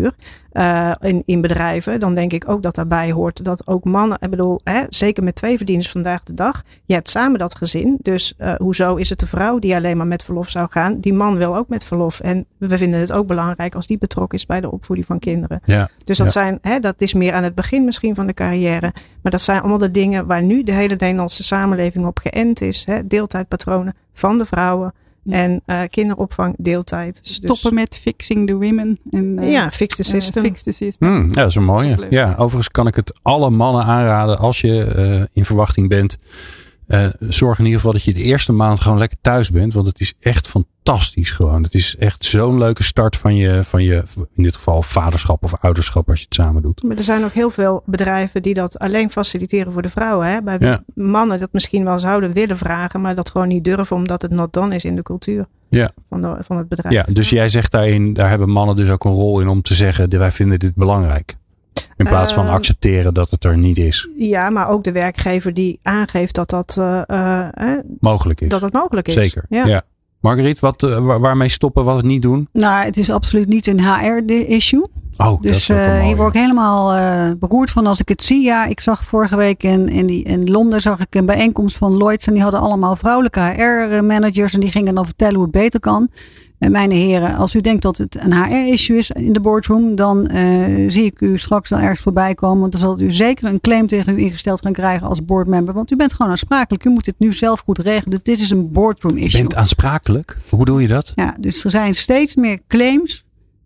in bedrijven, dan denk ik ook dat daarbij hoort dat ook mannen, zeker met 2 verdieners vandaag de dag, je hebt samen dat gezin. Dus hoezo is het de vrouw die alleen maar met verlof zou gaan? Die man wil ook met verlof. En we vinden het ook belangrijk als die betrokken is bij de opvoeding van kinderen. Ja. Dus dat is meer aan het begin misschien van de carrière. Maar dat zijn allemaal de dingen waar nu de hele Nederlandse samenleving op geënt is. Deeltijdpatronen van de vrouwen. En kinderopvang, deeltijd. Stoppen met fixing the women. Fix the system. Fix the system. Ja, dat is een mooie. Ja, overigens kan ik het alle mannen aanraden als je in verwachting bent. Zorg in ieder geval dat je de eerste maand gewoon lekker thuis bent. Want het is echt fantastisch gewoon. Het is echt zo'n leuke start van je in dit geval vaderschap of ouderschap als je het samen doet. Maar er zijn ook heel veel bedrijven die dat alleen faciliteren voor de vrouwen. Hè? Bij mannen dat misschien wel zouden willen vragen, maar dat gewoon niet durven omdat het not done is in de cultuur van het bedrijf. Ja, dus jij zegt daar hebben mannen dus ook een rol in om te zeggen, wij vinden dit belangrijk. In plaats van accepteren dat het er niet is. Ja, maar ook de werkgever die aangeeft dat mogelijk is. Dat het mogelijk is. Zeker. Ja. Marguerite, waarmee stoppen, wat het niet doen? Nou, het is absoluut niet een HR-issue. Oh, dus dat is ook hier word ik helemaal beroerd van als ik het zie. Ja, ik zag vorige week in Londen zag ik een bijeenkomst van Lloyds. En die hadden allemaal vrouwelijke HR-managers. En die gingen dan vertellen hoe het beter kan. En mijn heren, als u denkt dat het een HR-issue is in de boardroom, dan zie ik u straks wel ergens voorbij komen. Want dan zal u zeker een claim tegen u ingesteld gaan krijgen als boardmember. Want u bent gewoon aansprakelijk. U moet het nu zelf goed regelen. Dus dit is een boardroom issue. Je bent aansprakelijk? Hoe bedoel je dat? Ja, dus er zijn steeds meer claims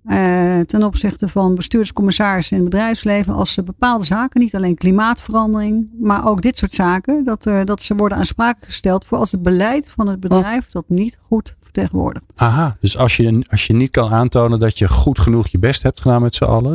ten opzichte van bestuurders, commissarissen in het bedrijfsleven. Als ze bepaalde zaken, niet alleen klimaatverandering, maar ook dit soort zaken, dat ze worden aansprakelijk gesteld voor als het beleid van het bedrijf dat niet goed vertegenwoordigt. Aha, dus als je niet kan aantonen dat je goed genoeg je best hebt gedaan met z'n allen,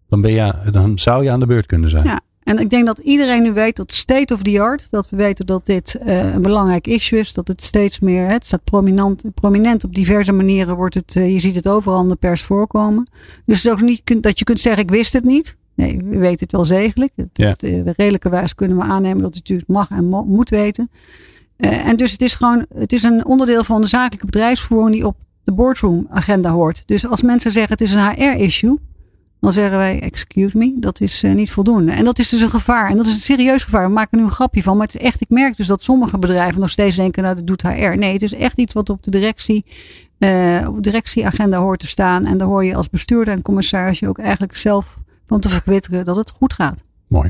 dan zou je aan de beurt kunnen zijn. Ja, en ik denk dat iedereen nu weet dat state of the art, dat we weten dat dit een belangrijk issue is, dat het steeds meer, het staat prominent op diverse manieren wordt het, je ziet het overal in de pers voorkomen. Dus het is ook niet dat je kunt zeggen ik wist het niet. Nee, we weten het wel zegelijk. Redelijkerwijs kunnen we aannemen dat het natuurlijk mag en moet weten. En dus het is een onderdeel van de zakelijke bedrijfsvoering die op de boardroom agenda hoort. Dus als mensen zeggen het is een HR-issue, dan zeggen wij excuse me, dat is niet voldoende. En dat is dus een gevaar. En dat is een serieus gevaar. We maken nu een grapje van. Maar het is echt, ik merk dus dat sommige bedrijven nog steeds denken, nou dat doet HR. Nee, het is echt iets wat op de directieagenda hoort te staan. En daar hoor je als bestuurder en commissaris je ook eigenlijk zelf van te verkwitteren dat het goed gaat. Mooi.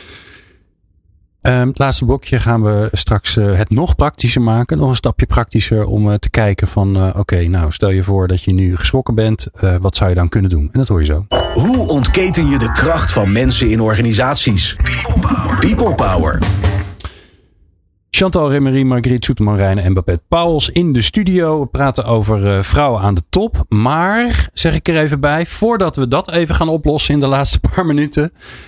Het laatste blokje gaan we straks het nog praktischer maken. Nog een stapje praktischer om te kijken van oké, nou stel je voor dat je nu geschrokken bent. Wat zou je dan kunnen doen? En dat hoor je zo. Hoe ontketen je de kracht van mensen in organisaties? People Power. Chantal Remery, Marguerite Soeterman-Rijnen en Babette Pauwels in de studio. We praten over vrouwen aan de top. Maar, zeg ik er even bij, voordat we dat even gaan oplossen in de laatste paar minuten.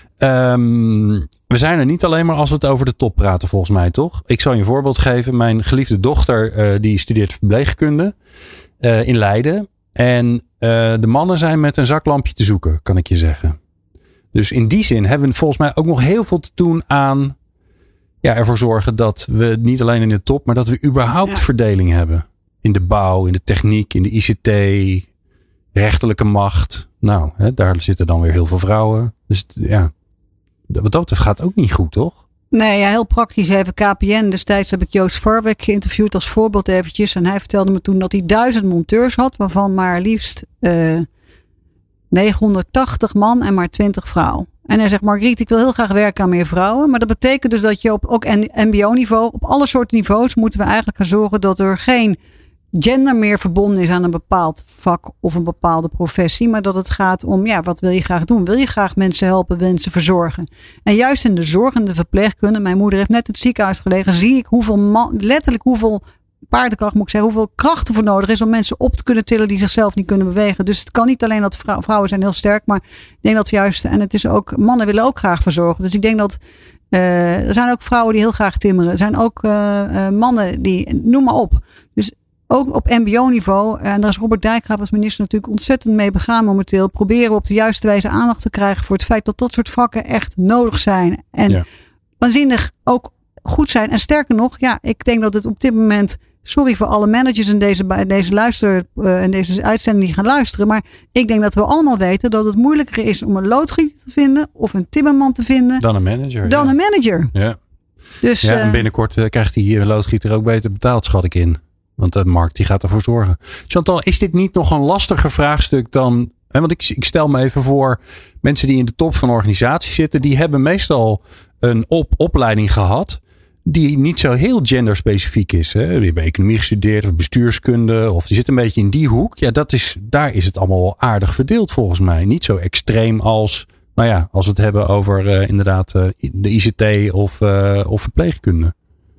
We zijn er niet alleen maar als we het over de top praten volgens mij, toch? Ik zal je een voorbeeld geven. Mijn geliefde dochter die studeert verpleegkunde in Leiden. En de mannen zijn met een zaklampje te zoeken, kan ik je zeggen. Dus in die zin hebben we volgens mij ook nog heel veel te doen aan ervoor zorgen dat we niet alleen in de top, maar dat we überhaupt verdeling hebben. In de bouw, in de techniek, in de ICT, rechterlijke macht. Nou, daar zitten dan weer heel veel vrouwen. Dus wat dat betreft gaat het ook niet goed, toch? Nee, heel praktisch. Even KPN. Destijds heb ik Joost Varbeck geïnterviewd als voorbeeld eventjes. En hij vertelde me toen dat hij 1000 monteurs had, waarvan maar liefst 980 man en maar 20 vrouw. En hij zegt, Margriet, ik wil heel graag werken aan meer vrouwen. Maar dat betekent dus dat je op ook mbo-niveau, op alle soorten niveaus, moeten we eigenlijk gaan zorgen dat er geen gender meer verbonden is aan een bepaald vak of een bepaalde professie. Maar dat het gaat om, wat wil je graag doen? Wil je graag mensen helpen, mensen verzorgen? En juist in de zorg en de verpleegkunde, mijn moeder heeft net in het ziekenhuis gelegen, zie ik hoeveel paardenkracht, moet ik zeggen, hoeveel kracht er voor nodig is om mensen op te kunnen tillen die zichzelf niet kunnen bewegen. Dus het kan niet alleen dat vrouwen zijn heel sterk, maar ik denk dat juist, en het is ook, mannen willen ook graag verzorgen. Dus ik denk dat er zijn ook vrouwen die heel graag timmeren. Er zijn ook mannen die, noem maar op. Dus ook op mbo-niveau, en daar is Robert Dijkgraaf als minister natuurlijk ontzettend mee begaan momenteel, proberen we op de juiste wijze aandacht te krijgen voor het feit dat dat soort vakken echt nodig zijn. En waanzinnig ook goed zijn. En sterker nog, ik denk dat het op dit moment, sorry voor alle managers in deze uitzending die gaan luisteren, maar ik denk dat we allemaal weten dat het moeilijker is om een loodgieter te vinden of een timmerman te vinden dan een manager. Een manager. Ja. Dus, en binnenkort krijgt die loodgieter ook beter betaald, schat ik in. Want de markt die gaat ervoor zorgen. Chantal, is dit niet nog een lastiger vraagstuk dan, want ik stel me even voor, mensen die in de top van een organisatie zitten, die hebben meestal een opleiding gehad die niet zo heel genderspecifiek is. Hè? Die hebben economie gestudeerd of bestuurskunde of die zit een beetje in die hoek. Ja, daar is het allemaal wel aardig verdeeld volgens mij. Niet zo extreem als, als we het hebben over inderdaad de ICT of verpleegkunde.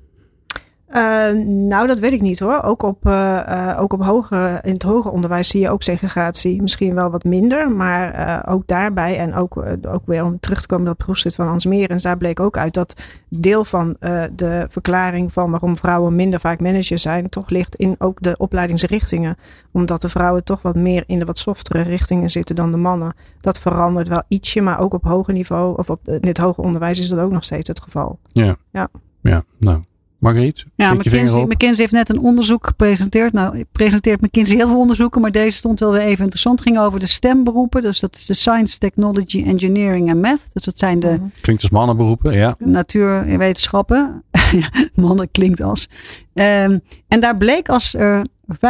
Dat weet ik niet hoor. Ook in het hoger onderwijs zie je ook segregatie. Misschien wel wat minder, maar ook daarbij en ook weer om terug te komen op dat proefschrift van Hans Meerens. Daar bleek ook uit dat deel van de verklaring van waarom vrouwen minder vaak manager zijn, toch ligt in ook de opleidingsrichtingen. Omdat de vrouwen toch wat meer in de wat softere richtingen zitten dan de mannen. Dat verandert wel ietsje, maar ook op hoger niveau of in het hoger onderwijs is dat ook nog steeds het geval. Ja, nou. Margriet? Ja, McKinsey heeft net een onderzoek gepresenteerd. Nou, presenteert McKinsey heel veel onderzoeken, maar deze stond wel weer even interessant. Het ging over de STEM-beroepen. Dus dat is de Science, Technology, Engineering en Math. Dus dat zijn de... Klinkt als mannenberoepen, ja. Natuur en wetenschappen. Mannen klinkt als. En daar bleek als er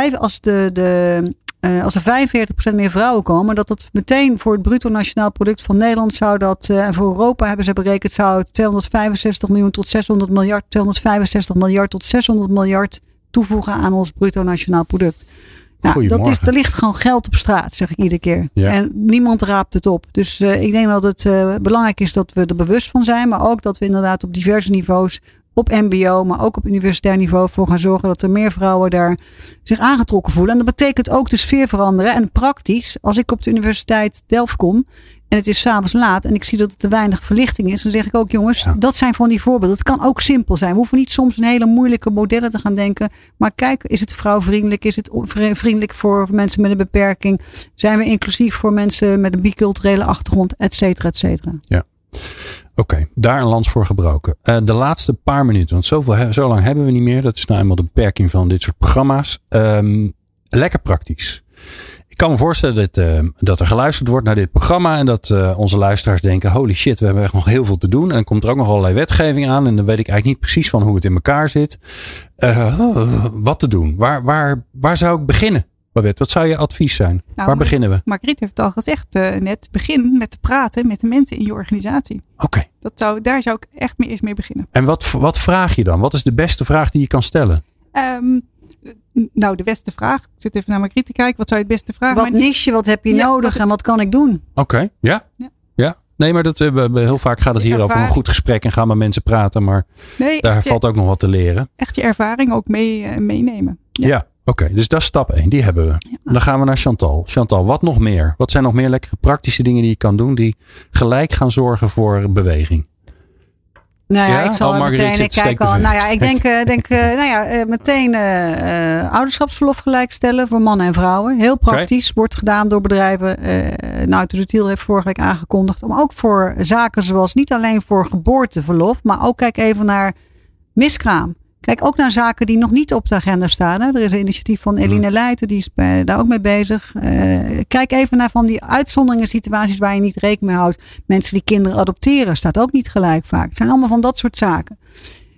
45% meer vrouwen komen, dat meteen voor het bruto nationaal product van Nederland zou dat, en voor Europa hebben ze berekend, zou 265 miljoen tot 600 miljard, 265 miljard tot 600 miljard toevoegen aan ons bruto nationaal product. Nou, er ligt gewoon geld op straat, zeg ik iedere keer. Ja. En niemand raapt het op. Dus ik denk dat het belangrijk is dat we er bewust van zijn, maar ook dat we inderdaad op diverse niveaus, op mbo, maar ook op universitair niveau, voor gaan zorgen dat er meer vrouwen daar zich aangetrokken voelen. En dat betekent ook de sfeer veranderen. En praktisch, als ik op de Universiteit Delft kom en het is 's avonds laat en ik zie dat er te weinig verlichting is, dan zeg ik ook, jongens, dat zijn van die voorbeelden. Het kan ook simpel zijn. We hoeven niet soms een hele moeilijke modellen te gaan denken. Maar kijk, is het vrouwvriendelijk? Is het vriendelijk voor mensen met een beperking? Zijn we inclusief voor mensen met een biculturele achtergrond? Et cetera, et cetera. Ja. Oké, daar een lans voor gebroken. De laatste paar minuten, want zo lang hebben we niet meer. Dat is nou eenmaal de beperking van dit soort programma's. Lekker praktisch. Ik kan me voorstellen dat er geluisterd wordt naar dit programma en dat onze luisteraars denken, holy shit, we hebben echt nog heel veel te doen. En dan komt er ook nog allerlei wetgeving aan en dan weet ik eigenlijk niet precies van hoe het in elkaar zit. Wat te doen? Waar zou ik beginnen? Babette, wat zou je advies zijn? Nou, waar beginnen we? Margriet heeft het al gezegd net. Begin met te praten met de mensen in je organisatie. Oké. Daar zou ik echt eerst mee beginnen. En wat vraag je dan? Wat is de beste vraag die je kan stellen? De beste vraag. Ik zit even naar Margriet te kijken. Wat zou je het beste vragen? Wat niche, wat heb je nodig en wat kan ik doen? Oké, ja. Nee, maar heel vaak gaat het hier over een goed gesprek en gaan met mensen praten. Maar daar valt ook nog wat te leren. Echt je ervaring ook meenemen. Ja. Oké, dus dat is stap 1. Die hebben we. Ja. Dan gaan we naar Chantal. Chantal, wat nog meer? Wat zijn nog meer lekkere praktische dingen die je kan doen die gelijk gaan zorgen voor beweging? Nou ja, ik zal meteen kijken. Ik denk meteen ouderschapsverlof gelijkstellen voor mannen en vrouwen. Heel praktisch. Wordt gedaan door bedrijven. Autoriteel heeft vorige week aangekondigd. Om ook voor zaken zoals niet alleen voor geboorteverlof, maar ook kijk even naar miskraam. Kijk ook naar zaken die nog niet op de agenda staan. Hè. Er is een initiatief van Eline Leijten, die is daar ook mee bezig. Kijk even naar van die uitzonderingen situaties waar je niet rekening mee houdt. Mensen die kinderen adopteren, staat ook niet gelijk vaak. Het zijn allemaal van dat soort zaken.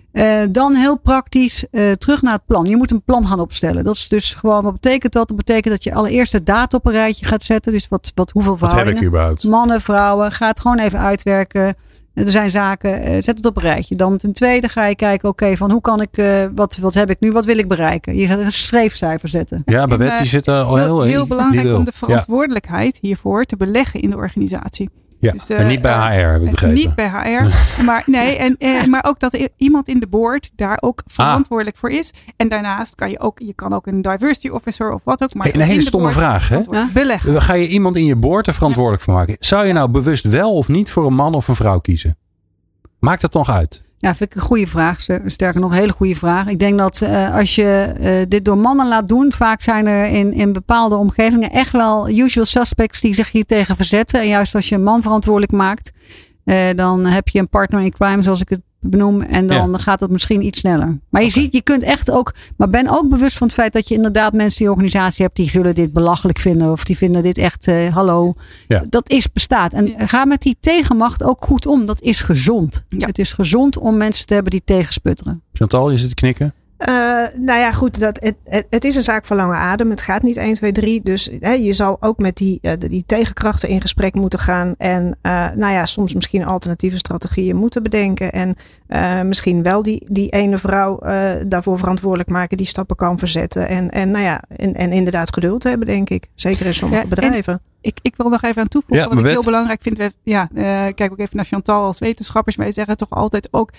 Dan heel praktisch terug naar het plan. Je moet een plan gaan opstellen. Dat is dus gewoon, wat betekent dat? Dat betekent dat je allereerst de data op een rijtje gaat zetten. Dus hoeveel verhoudingen. Wat heb ik überhaupt? Mannen, vrouwen. Ga het gewoon even uitwerken. Er zijn zaken, zet het op een rijtje. Dan ten tweede ga je kijken, van hoe kan ik, wat heb ik nu, wat wil ik bereiken? Je gaat een streefcijfer zetten. Ja, Babette, die zit al heel belangrijk om de verantwoordelijkheid hiervoor te beleggen in de organisatie. Ja, dus en niet bij HR, heb ik begrepen. Niet bij HR, maar ook dat iemand in de board daar ook verantwoordelijk voor is. En daarnaast kan je kan ook een diversity officer of wat ook. Maar een hele stomme vraag, hè? Beleggen. Ga je iemand in je board er verantwoordelijk voor maken? Zou je nou bewust wel of niet voor een man of een vrouw kiezen? Maakt dat toch uit? Ja, vind ik een goede vraag. Sterker nog, een hele goede vraag. Ik denk dat als je dit door mannen laat doen, vaak zijn er in bepaalde omgevingen echt wel usual suspects die zich hier tegen verzetten. En juist als je een man verantwoordelijk maakt, dan heb je een partner in crime, zoals ik het benoem. En dan gaat het misschien iets sneller. Maar je ziet, je kunt echt ook, maar ben ook bewust van het feit dat je inderdaad mensen in je organisatie hebt die zullen dit belachelijk vinden. Of die vinden dit echt, hallo. Ja. Dat bestaat. En ga met die tegenmacht ook goed om. Dat is gezond. Ja. Het is gezond om mensen te hebben die tegensputteren. Chantal, je zit te knikken. Nou ja, goed. Het is een zaak van lange adem. Het gaat niet 1, 2, 3. Dus je zal ook met die tegenkrachten in gesprek moeten gaan. En soms misschien alternatieve strategieën moeten bedenken. En misschien wel die ene vrouw daarvoor verantwoordelijk maken die stappen kan verzetten. En inderdaad geduld hebben, denk ik. Zeker in sommige bedrijven. Ik wil nog even aan toevoegen. Wat ik heel belangrijk vind. Kijk ook even naar Chantal als wetenschappers. Wij zeggen toch altijd ook.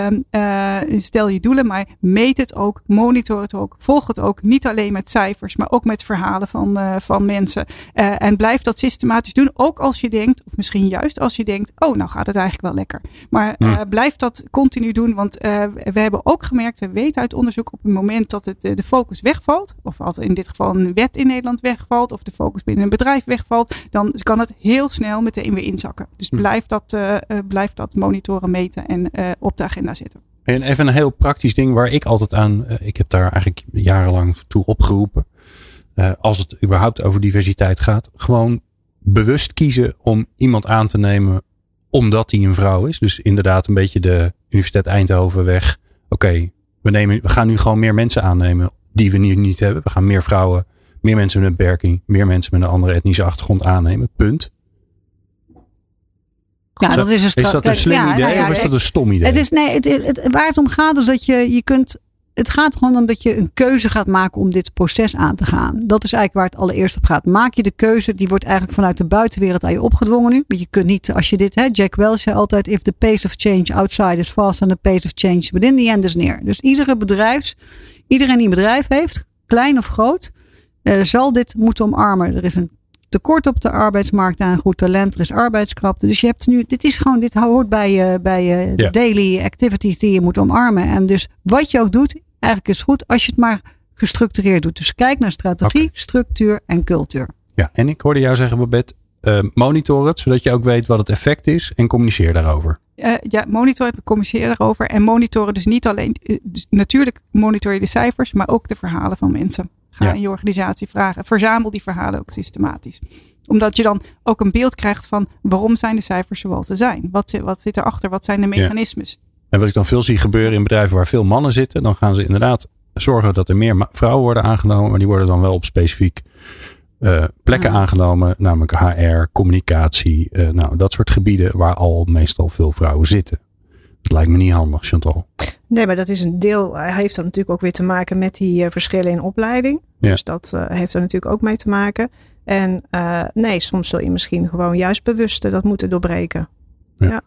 Stel je doelen, maar meet het ook. Monitor het ook. Volg het ook. Niet alleen met cijfers, maar ook met verhalen van mensen. En blijf dat systematisch doen. Ook als je denkt, of misschien juist als je denkt. Oh, nou gaat het eigenlijk wel lekker. Maar blijf dat continu doen. Want we hebben ook gemerkt. We weten uit onderzoek op het moment dat de focus wegvalt. Of als in dit geval een wet in Nederland wegvalt. Of de focus binnen een bedrijf wegvalt. Dan kan het heel snel meteen weer inzakken. Dus blijf dat monitoren, meten en op de agenda zetten. En even een heel praktisch ding waar ik altijd aan... ik heb daar eigenlijk jarenlang toe opgeroepen. Als het überhaupt over diversiteit gaat. Gewoon bewust kiezen om iemand aan te nemen omdat hij een vrouw is. Dus inderdaad een beetje de Universiteit Eindhoven weg. Oké, we gaan nu gewoon meer mensen aannemen die we nu niet hebben. We gaan meer vrouwen... Meer mensen met een beperking, meer mensen met een andere etnische achtergrond aannemen. Punt. Ja, dat is dat een slim idee of is dat een stom idee? Waar het om gaat is dat je kunt... Het gaat gewoon om dat je een keuze gaat maken om dit proces aan te gaan. Dat is eigenlijk waar het allereerst op gaat. Maak je de keuze, die wordt eigenlijk vanuit de buitenwereld aan je opgedwongen nu. Maar je kunt niet, als je dit... Jack Welch zei altijd, if the pace of change outside is faster than the pace of change within, the end is near. Dus iedereen die een bedrijf heeft, klein of groot... zal dit moeten omarmen. Er is een tekort op de arbeidsmarkt aan goed talent. Er is arbeidskrapte. Dus je hebt nu, dit hoort bij de daily activities die je moet omarmen. En dus wat je ook doet, eigenlijk is goed als je het maar gestructureerd doet. Dus kijk naar strategie, structuur en cultuur. Ja, en ik hoorde jou zeggen, Babette, monitor het, zodat je ook weet wat het effect is en communiceer daarover. Monitoren en communiceren daarover. En monitoren dus niet alleen, dus natuurlijk monitor je de cijfers, maar ook de verhalen van mensen. Ga in je organisatie vragen. Verzamel die verhalen ook systematisch. Omdat je dan ook een beeld krijgt van waarom zijn de cijfers zoals ze zijn. Wat zit erachter? Wat zijn de mechanismes? En wat ik dan veel zie gebeuren in bedrijven waar veel mannen zitten. Dan gaan ze inderdaad zorgen dat er meer vrouwen worden aangenomen. Maar die worden dan wel op specifiek plekken aangenomen. Namelijk HR, communicatie. Dat soort gebieden waar al meestal veel vrouwen zitten. Dat lijkt me niet handig, Chantal. Nee, maar dat is een deel. Heeft dat natuurlijk ook weer te maken met die verschillen in opleiding. Ja. Dus dat heeft er natuurlijk ook mee te maken. En soms zul je misschien gewoon juist bewust dat moeten doorbreken. Ja.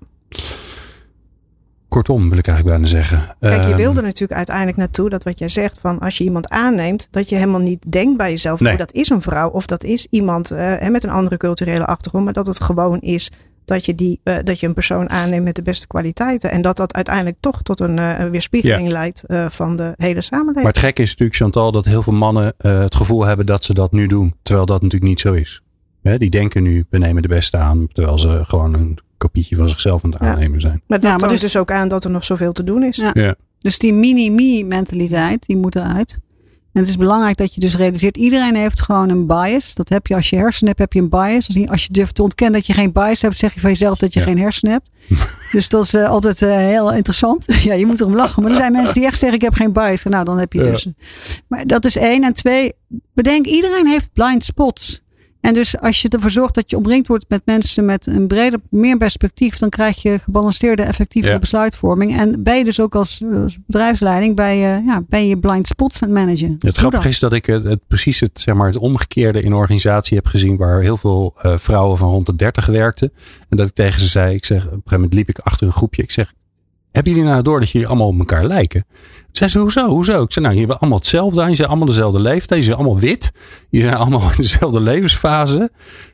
Kortom, wil ik eigenlijk bijna zeggen. Kijk, je wil er natuurlijk uiteindelijk naartoe dat wat jij zegt van als je iemand aanneemt, dat je helemaal niet denkt bij jezelf, dat is een vrouw of dat is iemand met een andere culturele achtergrond, maar dat het gewoon is dat je een persoon aanneemt met de beste kwaliteiten. En dat uiteindelijk toch tot een weerspiegeling leidt van de hele samenleving. Maar het gekke is natuurlijk, Chantal, dat heel veel mannen het gevoel hebben dat ze dat nu doen. Terwijl dat natuurlijk niet zo is. Die denken nu, we nemen de beste aan. Terwijl ze gewoon een kopietje van zichzelf aan het aannemen zijn. Maar dat toont dus ook aan dat er nog zoveel te doen is. Ja. Ja. Dus die mini-me mentaliteit, die moet eruit. En het is belangrijk dat je dus realiseert, iedereen heeft gewoon een bias. Dat heb je als je hersenen hebt, heb je een bias. Als je durft te ontkennen dat je geen bias hebt, zeg je van jezelf dat je geen hersenen hebt. Dus dat is altijd heel interessant. Ja, je moet erom lachen. Maar er zijn mensen die echt zeggen, ik heb geen bias. Nou, dan heb je dus. Maar dat is 1. En 2, bedenk, iedereen heeft blind spots. En dus als je ervoor zorgt dat je omringd wordt met mensen met een breder, meer perspectief, dan krijg je gebalanceerde, effectieve besluitvorming. En ben je dus ook als bedrijfsleiding ben je blind spots aan het managen. Het grappige is dat ik precies het omgekeerde in een organisatie heb gezien waar heel veel vrouwen van rond de 30 werkten. En dat ik tegen ze zei, op een gegeven moment liep ik achter een groepje. Ik zeg, hebben jullie nou door dat jullie allemaal op elkaar lijken? Toen zei ze, hoezo? Ik zei, nou, jullie hebben allemaal hetzelfde aan. Je zijn allemaal dezelfde leeftijd. Je zijn allemaal wit. Je zijn allemaal in dezelfde levensfase.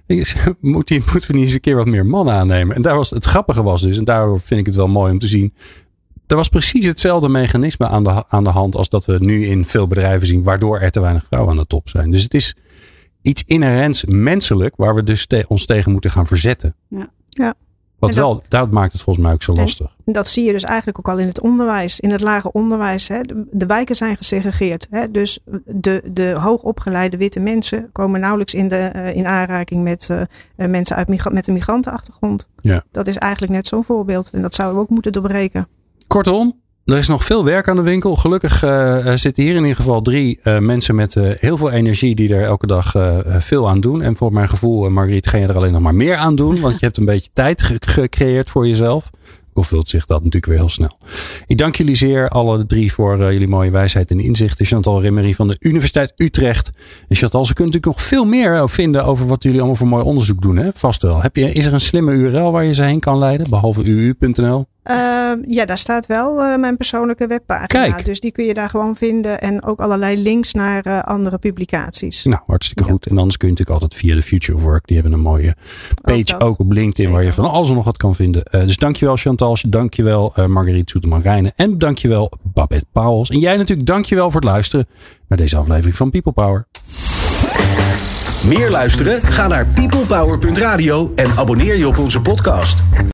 Moeten we niet eens een keer wat meer mannen aannemen? En het grappige was dus, en daardoor vind ik het wel mooi om te zien. Er was precies hetzelfde mechanisme aan de hand als dat we nu in veel bedrijven zien, waardoor er te weinig vrouwen aan de top zijn. Dus het is iets inherents menselijk waar we dus ons tegen moeten gaan verzetten. Ja. Dat maakt het volgens mij ook zo lastig. En dat zie je dus eigenlijk ook al in het onderwijs. In het lager onderwijs. Hè. De wijken zijn gesegregeerd. Hè. Dus de hoogopgeleide witte mensen komen nauwelijks in aanraking met mensen met een migrantenachtergrond. Ja. Dat is eigenlijk net zo'n voorbeeld. En dat zouden we ook moeten doorbreken. Kortom, er is nog veel werk aan de winkel. Gelukkig zitten hier in ieder geval 3 mensen met heel veel energie die er elke dag veel aan doen. En voor mijn gevoel, Margriet, ga je er alleen nog maar meer aan doen. Want je hebt een beetje tijd gecreëerd voor jezelf. Of vult zich dat natuurlijk weer heel snel. Ik dank jullie zeer, alle 3, voor jullie mooie wijsheid en inzichten. Chantal Rimmery van de Universiteit Utrecht. En Chantal, ze kunnen natuurlijk nog veel meer vinden over wat jullie allemaal voor mooi onderzoek doen. Hè? Vast wel. Is er een slimme URL waar je ze heen kan leiden? Behalve uu.nl? Ja, daar staat wel mijn persoonlijke webpagina. Kijk. Dus die kun je daar gewoon vinden. En ook allerlei links naar andere publicaties. Nou, hartstikke goed. En anders kun je natuurlijk altijd via de Future of Work. Die hebben een mooie page ook op LinkedIn. Zeker. Waar je van alles nog wat kan vinden. Dus dankjewel Chantal. Dankjewel Margriet Soeterman-Rijnen. En dankjewel Babette Pauwels. En jij natuurlijk dankjewel voor het luisteren naar deze aflevering van People Power. Meer luisteren? Ga naar peoplepower.radio en abonneer je op onze podcast.